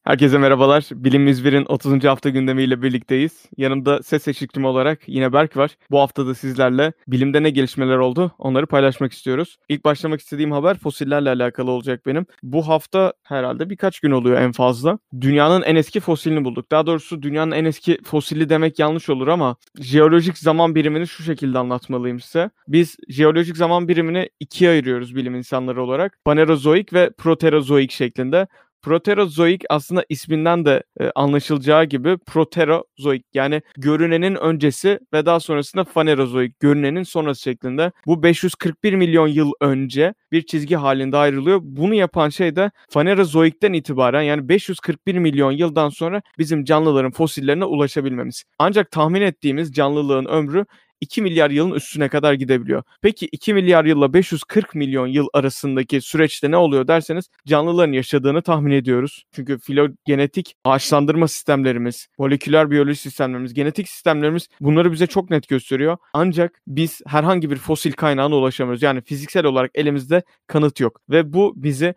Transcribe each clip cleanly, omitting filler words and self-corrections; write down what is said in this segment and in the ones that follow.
Herkese merhabalar. Bilim 101'in 30. hafta gündemiyle birlikteyiz. Yanımda ses eşlikçim olarak yine Berk var. Bu hafta da sizlerle bilimde ne gelişmeler oldu onları paylaşmak istiyoruz. İlk başlamak istediğim haber fosillerle alakalı olacak benim. Bu hafta herhalde birkaç gün oluyor en fazla. Dünyanın en eski fosilini bulduk. Daha doğrusu dünyanın en eski fosili demek yanlış olur ama jeolojik zaman birimini şu şekilde anlatmalıyım size. Biz jeolojik zaman birimini ikiye ayırıyoruz bilim insanları olarak. Fanerozoik ve Proterozoik şeklinde. Proterozoik aslında isminden de anlaşılacağı gibi proterozoik yani görünenin öncesi ve daha sonrasında fanerozoik görünenin sonrası şeklinde. Bu 541 milyon yıl önce bir çizgi halinde ayrılıyor. Bunu yapan şey de fanerozoikten itibaren yani 541 milyon yıldan sonra bizim canlıların fosillerine ulaşabilmemiz. Ancak tahmin ettiğimiz canlılığın ömrü 2 milyar yılın üstüne kadar gidebiliyor. Peki 2 milyar yılla 540 milyon yıl arasındaki süreçte ne oluyor derseniz canlıların yaşadığını tahmin ediyoruz. Çünkü filogenetik ağaçlandırma sistemlerimiz, moleküler biyoloji sistemlerimiz, genetik sistemlerimiz bunları bize çok net gösteriyor. Ancak biz herhangi bir fosil kaynağına ulaşamıyoruz. Yani fiziksel olarak elimizde kanıt yok. Ve bu bizi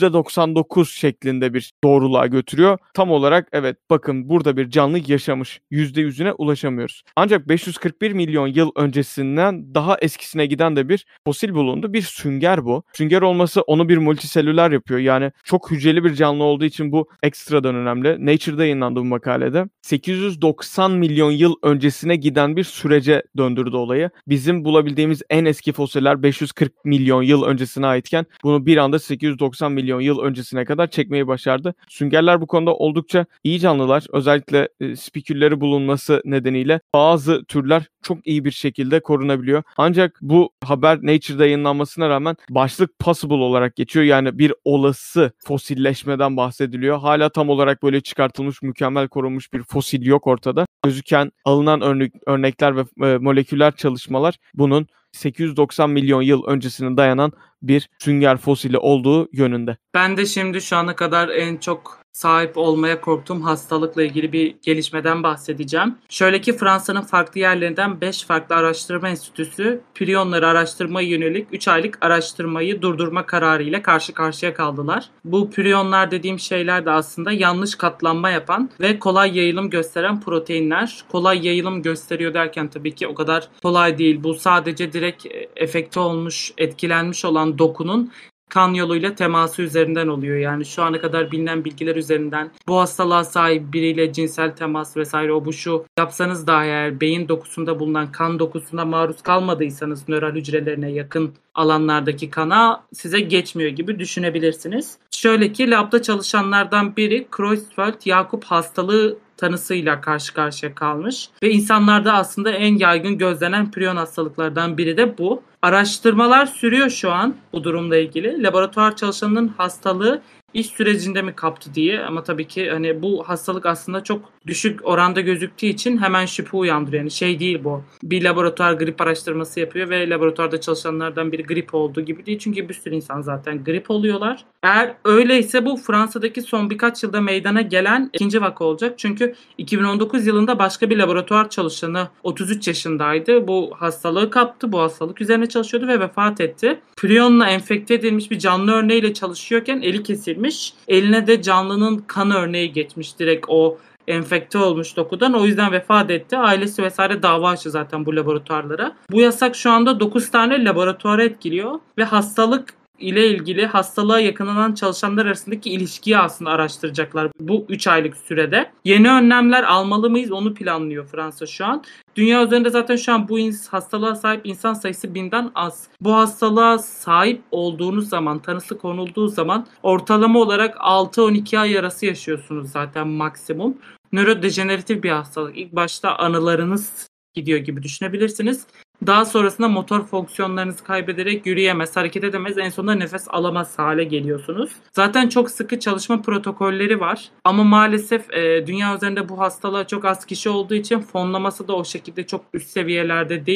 %99 şeklinde bir doğruluğa götürüyor. Tam olarak evet bakın burada bir canlı yaşamış. %100'üne ulaşamıyoruz. Ancak 541 milyon yıl öncesinden daha eskisine giden de bir fosil bulundu. Bir sünger bu. Sünger olması onu bir multiselüler yapıyor. Yani çok hücreli bir canlı olduğu için bu ekstradan önemli. Nature'da yayınlandı bu makalede. 890 milyon yıl öncesine giden bir sürece döndürdü olayı. Bizim bulabildiğimiz en eski fosiller 540 milyon yıl öncesine aitken bunu bir anda 890 milyon yıl öncesine kadar çekmeyi başardı. Süngerler bu konuda oldukça iyi canlılar. Özellikle spikülleri bulunması nedeniyle bazı türler çok iyi bir şekilde korunabiliyor. Ancak bu haber Nature'da yayınlanmasına rağmen başlık possible olarak geçiyor. Yani bir olası fosilleşmeden bahsediliyor. Hala tam olarak böyle çıkartılmış, mükemmel korunmuş bir fosil yok ortada. Gözüken alınan örnekler ve moleküler çalışmalar bunun 890 milyon yıl öncesine dayanan bir sünger fosili olduğu yönünde. Ben de şimdi şu ana kadar en çok sahip olmaya korktuğum hastalıkla ilgili bir gelişmeden bahsedeceğim. Şöyle ki Fransa'nın farklı yerlerinden 5 farklı araştırma enstitüsü priyonları araştırmaya yönelik 3 aylık araştırmayı durdurma kararı ile karşı karşıya kaldılar. Bu priyonlar dediğim şeyler de aslında yanlış katlanma yapan ve kolay yayılım gösteren proteinler. Kolay yayılım gösteriyor derken tabii ki o kadar kolay değil. Bu sadece direkt efekte olmuş, etkilenmiş olan dokunun kan yoluyla teması üzerinden oluyor. Yani şu ana kadar bilinen bilgiler üzerinden bu hastalığa sahip biriyle cinsel temas vesaire o bu şu yapsanız da eğer beyin dokusunda bulunan kan dokusuna maruz kalmadıysanız nöral hücrelerine yakın alanlardaki kana size geçmiyor gibi düşünebilirsiniz. Şöyle ki labda çalışanlardan biri Creutzfeldt-Jakob hastalığı tanısıyla karşı karşıya kalmış ve insanlarda aslında en yaygın gözlenen priyon hastalıklardan biri de bu. Araştırmalar sürüyor şu an bu durumla ilgili. Laboratuvar çalışanının hastalığı iş sürecinde mi kaptı diye ama tabii ki hani bu hastalık aslında çok düşük oranda gözüktüğü için hemen şüphe uyandırıyor. Yani şey değil bu. Bir laboratuvar grip araştırması yapıyor ve laboratuvarda çalışanlardan biri grip olduğu gibi değil. Çünkü bir sürü insan zaten grip oluyorlar. Eğer öyleyse bu Fransa'daki son birkaç yılda meydana gelen ikinci vaka olacak. Çünkü 2019 yılında başka bir laboratuvar çalışanı 33 yaşındaydı. Bu hastalığı kaptı. Bu hastalık üzerine çalışıyordu ve vefat etti. Priyonla enfekte edilmiş bir canlı örneğiyle çalışıyorken eli kesilmiş. Eline de canlının kan örneği geçmiş direkt o enfekte olmuş dokudan. O yüzden vefat etti. Ailesi vesaire dava açtı zaten bu laboratuvarlara. Bu yasak şu anda 9 tane laboratuvarı etkiliyor ve hastalık ile ilgili hastalığa yakınlanan çalışanlar arasındaki ilişkiyi aslında araştıracaklar bu 3 aylık sürede. Yeni önlemler almalı mıyız onu planlıyor Fransa şu an. Dünya üzerinde zaten şu an bu hastalığa sahip insan sayısı 1000'den az. Bu hastalığa sahip olduğunuz zaman, tanısı konulduğu zaman ortalama olarak 6-12 ay arası yaşıyorsunuz zaten maksimum. Nörodejeneratif bir hastalık. İlk başta anılarınız gidiyor gibi düşünebilirsiniz. Daha sonrasında motor fonksiyonlarınızı kaybederek yürüyemez, hareket edemez, en sonunda nefes alamaz hale geliyorsunuz. Zaten çok sıkı çalışma protokolleri var. Ama maalesef dünya üzerinde bu hastalığa çok az kişi olduğu için fonlaması da o şekilde çok üst seviyelerde değil.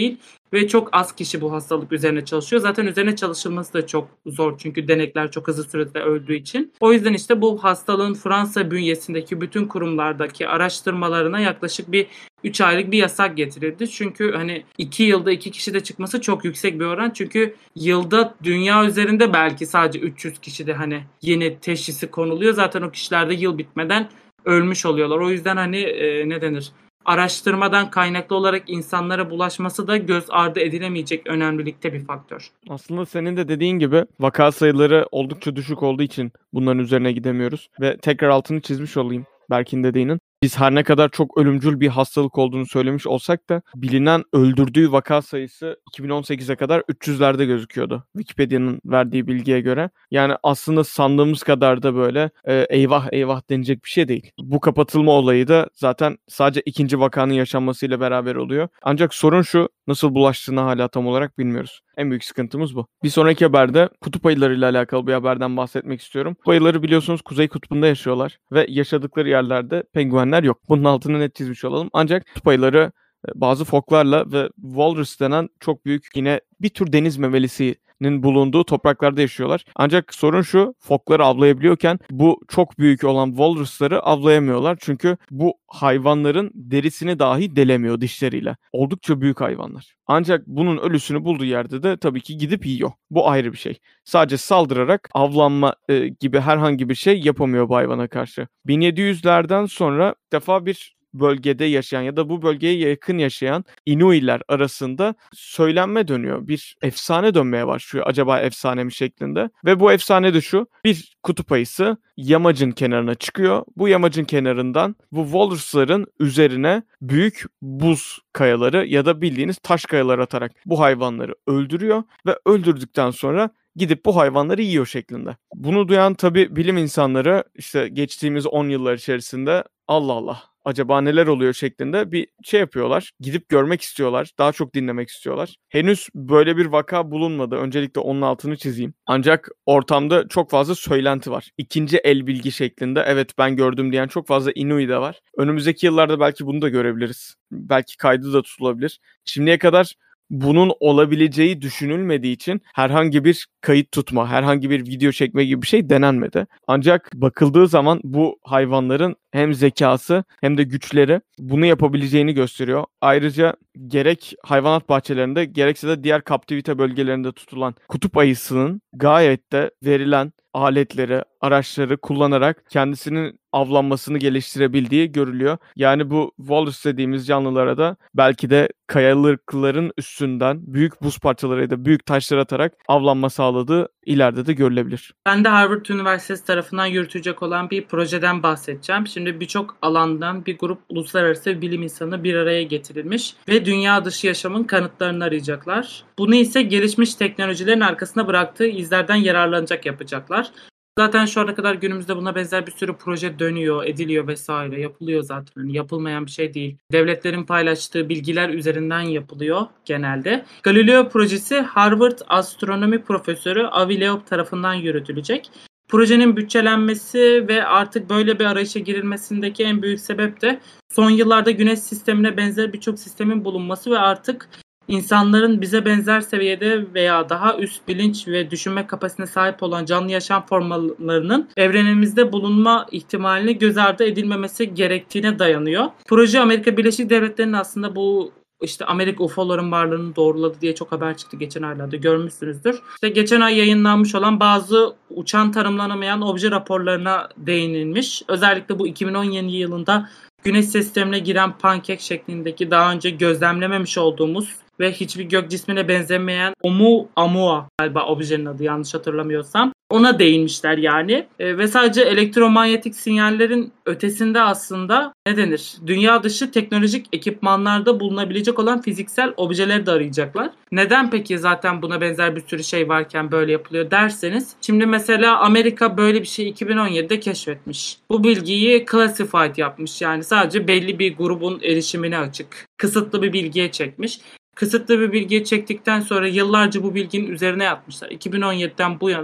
ve çok az kişi bu hastalık üzerine çalışıyor. Zaten üzerine çalışılması da çok zor çünkü denekler çok hızlı sürede öldüğü için. O yüzden işte bu hastalığın Fransa bünyesindeki bütün kurumlardaki araştırmalarına yaklaşık bir 3 aylık bir yasak getirildi. Çünkü hani 2 yılda 2 kişi de çıkması çok yüksek bir oran. Çünkü yılda dünya üzerinde belki sadece 300 kişi de hani yeni teşhisi konuluyor. Zaten o kişiler de yıl bitmeden ölmüş oluyorlar. O yüzden hani ne denir? Araştırmadan kaynaklı olarak insanlara bulaşması da göz ardı edilemeyecek önemlilikte bir faktör. Aslında senin de dediğin gibi vaka sayıları oldukça düşük olduğu için bunların üzerine gidemiyoruz. Ve tekrar altını çizmiş olayım Berk'in dediğinin. Biz her ne kadar çok ölümcül bir hastalık olduğunu söylemiş olsak da bilinen öldürdüğü vaka sayısı 2018'e kadar 300'lerde gözüküyordu. Wikipedia'nın verdiği bilgiye göre. Yani aslında sandığımız kadar da böyle eyvah eyvah denecek bir şey değil. Bu kapatılma olayı da zaten sadece ikinci vakanın yaşanmasıyla beraber oluyor. Ancak sorun şu, nasıl bulaştığını hala tam olarak bilmiyoruz. En büyük sıkıntımız bu. Bir sonraki haberde kutup ayılarıyla alakalı bir haberden bahsetmek istiyorum. Kutup ayıları biliyorsunuz Kuzey Kutbu'nda yaşıyorlar ve yaşadıkları yerlerde penguenler yok. Bunun altını net çizmiş olalım. Ancak kutup ayıları bazı foklarla ve walrus denen çok büyük yine bir tür deniz memelisinin bulunduğu topraklarda yaşıyorlar. Ancak sorun şu, fokları avlayabiliyorken bu çok büyük olan walrusları avlayamıyorlar. Çünkü bu hayvanların derisini dahi delemiyor dişleriyle. Oldukça büyük hayvanlar. Ancak bunun ölüsünü bulduğu yerde de tabii ki gidip yiyor. Bu ayrı bir şey. Sadece saldırarak avlanma gibi herhangi bir şey yapamıyor bu hayvana karşı. 1700'lerden sonra bir defa bir bölgede yaşayan ya da bu bölgeye yakın yaşayan Inuiler arasında söylenme dönüyor. Bir efsane dönmeye başlıyor. Acaba efsane mi şeklinde. Ve bu efsane de şu. Bir kutup ayısı yamacın kenarına çıkıyor. Bu yamacın kenarından bu walrusların üzerine büyük buz kayaları ya da bildiğiniz taş kayalar atarak bu hayvanları öldürüyor ve öldürdükten sonra gidip bu hayvanları yiyor şeklinde. Bunu duyan tabii bilim insanları işte geçtiğimiz 10 yıllar içerisinde Allah Allah acaba neler oluyor şeklinde bir şey yapıyorlar. Gidip görmek istiyorlar. Daha çok dinlemek istiyorlar. Henüz böyle bir vaka bulunmadı. Öncelikle onun altını çizeyim. Ancak ortamda çok fazla söylenti var. İkinci el bilgi şeklinde evet ben gördüm diyen çok fazla Inuit de var. Önümüzdeki yıllarda belki bunu da görebiliriz. Belki kaydı da tutulabilir. Şimdiye kadar bunun olabileceği düşünülmediği için herhangi bir kayıt tutma, herhangi bir video çekme gibi bir şey denenmedi. Ancak bakıldığı zaman bu hayvanların hem zekası hem de güçleri bunu yapabileceğini gösteriyor. Ayrıca gerek hayvanat bahçelerinde gerekse de diğer kaptivite bölgelerinde tutulan kutup ayısının gayet de verilen aletleri, araçları kullanarak kendisinin avlanmasını geliştirebildiği görülüyor. Yani bu walrus dediğimiz canlılara da belki de kayalıkların üstünden büyük buz parçaları ya da büyük taşlar atarak avlanma sağladığı ileride de görülebilir. Ben de Harvard Üniversitesi tarafından yürütecek olan bir projeden bahsedeceğim. Şimdi birçok alandan bir grup uluslararası bilim insanı bir araya getirilmiş ve dünya dışı yaşamın kanıtlarını arayacaklar. Bunu ise gelişmiş teknolojilerin arkasına bıraktığı izlerden yararlanacak yapacaklar. Zaten şu ana kadar günümüzde buna benzer bir sürü proje dönüyor, ediliyor vesaire. Yapılıyor zaten. Yani yapılmayan bir şey değil. Devletlerin paylaştığı bilgiler üzerinden yapılıyor genelde. Galileo projesi Harvard Astronomi Profesörü Avi Loeb tarafından yürütülecek. Projenin bütçelenmesi ve artık böyle bir arayışa girilmesindeki en büyük sebep de son yıllarda Güneş sistemine benzer birçok sistemin bulunması ve artık İnsanların bize benzer seviyede veya daha üst bilinç ve düşünme kapasitesine sahip olan canlı yaşam formlarının evrenimizde bulunma ihtimalini göz ardı edilmemesi gerektiğine dayanıyor. Proje Amerika Birleşik Devletleri'nin aslında bu işte Amerika UFO'ların varlığını doğruladı diye çok haber çıktı geçen aylarda, görmüşsünüzdür. İşte geçen ay yayınlanmış olan bazı uçan tanımlanamayan obje raporlarına değinilmiş. Özellikle bu 2017 yılında Güneş sistemine giren pankek şeklindeki daha önce gözlemlememiş olduğumuz ve hiçbir gök cismine benzemeyen Oumuamua galiba objenin adı, yanlış hatırlamıyorsam. Ona değinmişler yani. Ve sadece elektromanyetik sinyallerin ötesinde aslında ne denir? Dünya dışı teknolojik ekipmanlarda bulunabilecek olan fiziksel objeleri de arayacaklar. Neden peki zaten buna benzer bir sürü şey varken böyle yapılıyor derseniz. Şimdi mesela Amerika böyle bir şey 2017'de keşfetmiş. Bu bilgiyi classified yapmış, yani sadece belli bir grubun erişimine açık. Kısıtlı bir bilgiye çekmiş. Kısıtlı bir bilgiye çektikten sonra yıllarca bu bilginin üzerine yatmışlar. 2017'den bu yana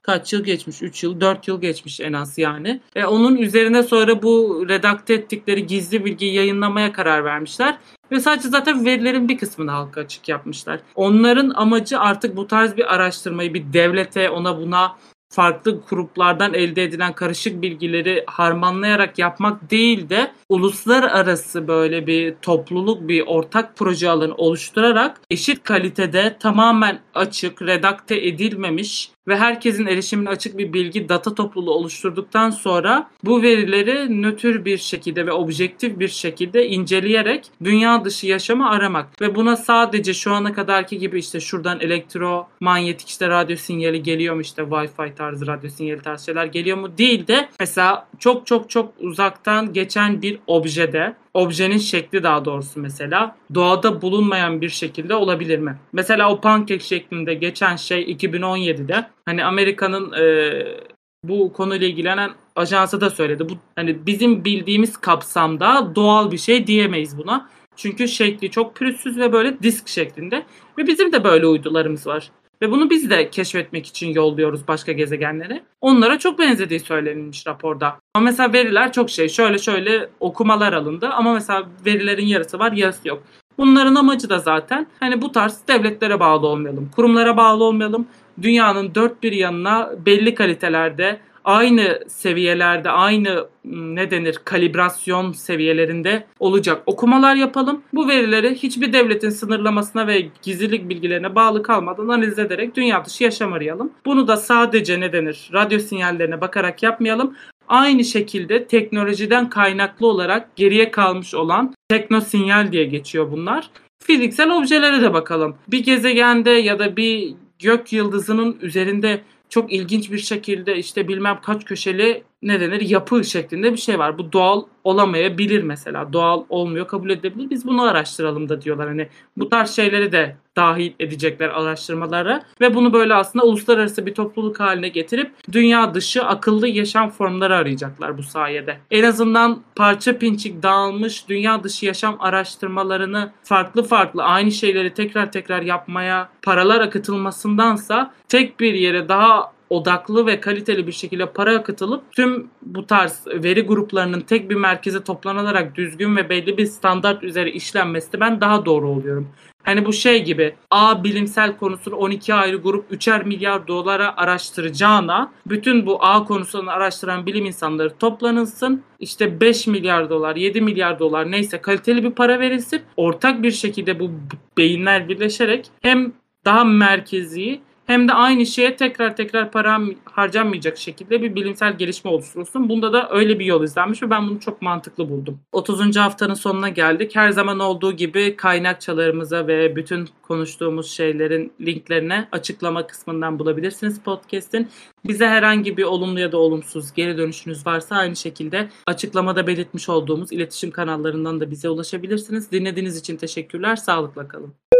kaç yıl geçmiş? 3 yıl, 4 yıl geçmiş en az yani. Onun üzerine sonra bu redakte ettikleri gizli bilgiyi yayınlamaya karar vermişler. Ve sadece zaten verilerin bir kısmını halka açık yapmışlar. Onların amacı artık bu tarz bir araştırmayı bir devlete, ona buna farklı gruplardan elde edilen karışık bilgileri harmanlayarak yapmak değil de uluslararası böyle bir topluluk, bir ortak proje alanı oluşturarak eşit kalitede tamamen açık, redakte edilmemiş ve herkesin erişimine açık bir bilgi data topluluğu oluşturduktan sonra bu verileri nötr bir şekilde ve objektif bir şekilde inceleyerek dünya dışı yaşamı aramak ve buna sadece şu ana kadarki gibi işte şuradan elektromanyetik işte radyo sinyali geliyor mu, işte Wi-Fi tarzı radyo sinyali tarzı şeyler geliyor mu değil de mesela çok çok çok uzaktan geçen bir objede, objenin şekli daha doğrusu mesela doğada bulunmayan bir şekilde olabilir mi? Mesela o pankek şeklinde geçen şey 2017'de hani Amerika'nın bu konuyla ilgilenen ajansı da söyledi. Bu hani bizim bildiğimiz kapsamda doğal bir şey diyemeyiz buna. Çünkü şekli çok pürüzsüz ve böyle disk şeklinde ve bizim de böyle uydularımız var. Ve bunu biz de keşfetmek için yolluyoruz başka gezegenlere. Onlara çok benzediği söylenilmiş raporda. Ama mesela veriler çok şöyle okumalar alındı ama mesela verilerin yarısı var, yarısı yok. Bunların amacı da zaten hani bu tarz devletlere bağlı olmayalım, kurumlara bağlı olmayalım. Dünyanın dört bir yanına belli kalitelerde, aynı seviyelerde, aynı kalibrasyon seviyelerinde olacak okumalar yapalım. Bu verileri hiçbir devletin sınırlamasına ve gizlilik bilgilerine bağlı kalmadan analiz ederek dünya dışı yaşam arayalım. Bunu da sadece radyo sinyallerine bakarak yapmayalım. Aynı şekilde teknolojiden kaynaklı olarak geriye kalmış olan teknosinyal diye geçiyor bunlar. Fiziksel objelere de bakalım. Bir gezegende ya da bir gök yıldızının üzerinde çok ilginç bir şekilde işte bilmem kaç köşeli yapı şeklinde bir şey var. Bu doğal olamayabilir mesela. Doğal olmuyor, kabul edilebilir. Biz bunu araştıralım da diyorlar. Hani bu tarz şeyleri de dahil edecekler araştırmalara ve bunu böyle aslında uluslararası bir topluluk haline getirip dünya dışı akıllı yaşam formları arayacaklar bu sayede. En azından parça pinçik dağılmış dünya dışı yaşam araştırmalarını farklı aynı şeyleri tekrar yapmaya paralar akıtılmasındansa tek bir yere daha odaklı ve kaliteli bir şekilde para akıtılıp tüm bu tarz veri gruplarının tek bir merkeze toplanılarak düzgün ve belli bir standart üzere işlenmesi ben daha doğru oluyorum. Hani bu şey gibi A bilimsel konusunu 12 ayrı grup 3'er milyar dolara araştıracağına bütün bu A konusunu araştıran bilim insanları toplanılsın. İşte 5 milyar dolar, 7 milyar dolar neyse kaliteli bir para verilsin. Ortak bir şekilde bu beyinler birleşerek hem daha merkezi hem de aynı şeye tekrar para harcanmayacak şekilde bir bilimsel gelişme oluşturulsun. Bunda da öyle bir yol izlenmiş ve ben bunu çok mantıklı buldum. 30. haftanın sonuna geldik. Her zaman olduğu gibi kaynakçalarımıza ve bütün konuştuğumuz şeylerin linklerine açıklama kısmından bulabilirsiniz podcast'in. Bize herhangi bir olumlu ya da olumsuz geri dönüşünüz varsa aynı şekilde açıklamada belirtmiş olduğumuz iletişim kanallarından da bize ulaşabilirsiniz. Dinlediğiniz için teşekkürler. Sağlıkla kalın.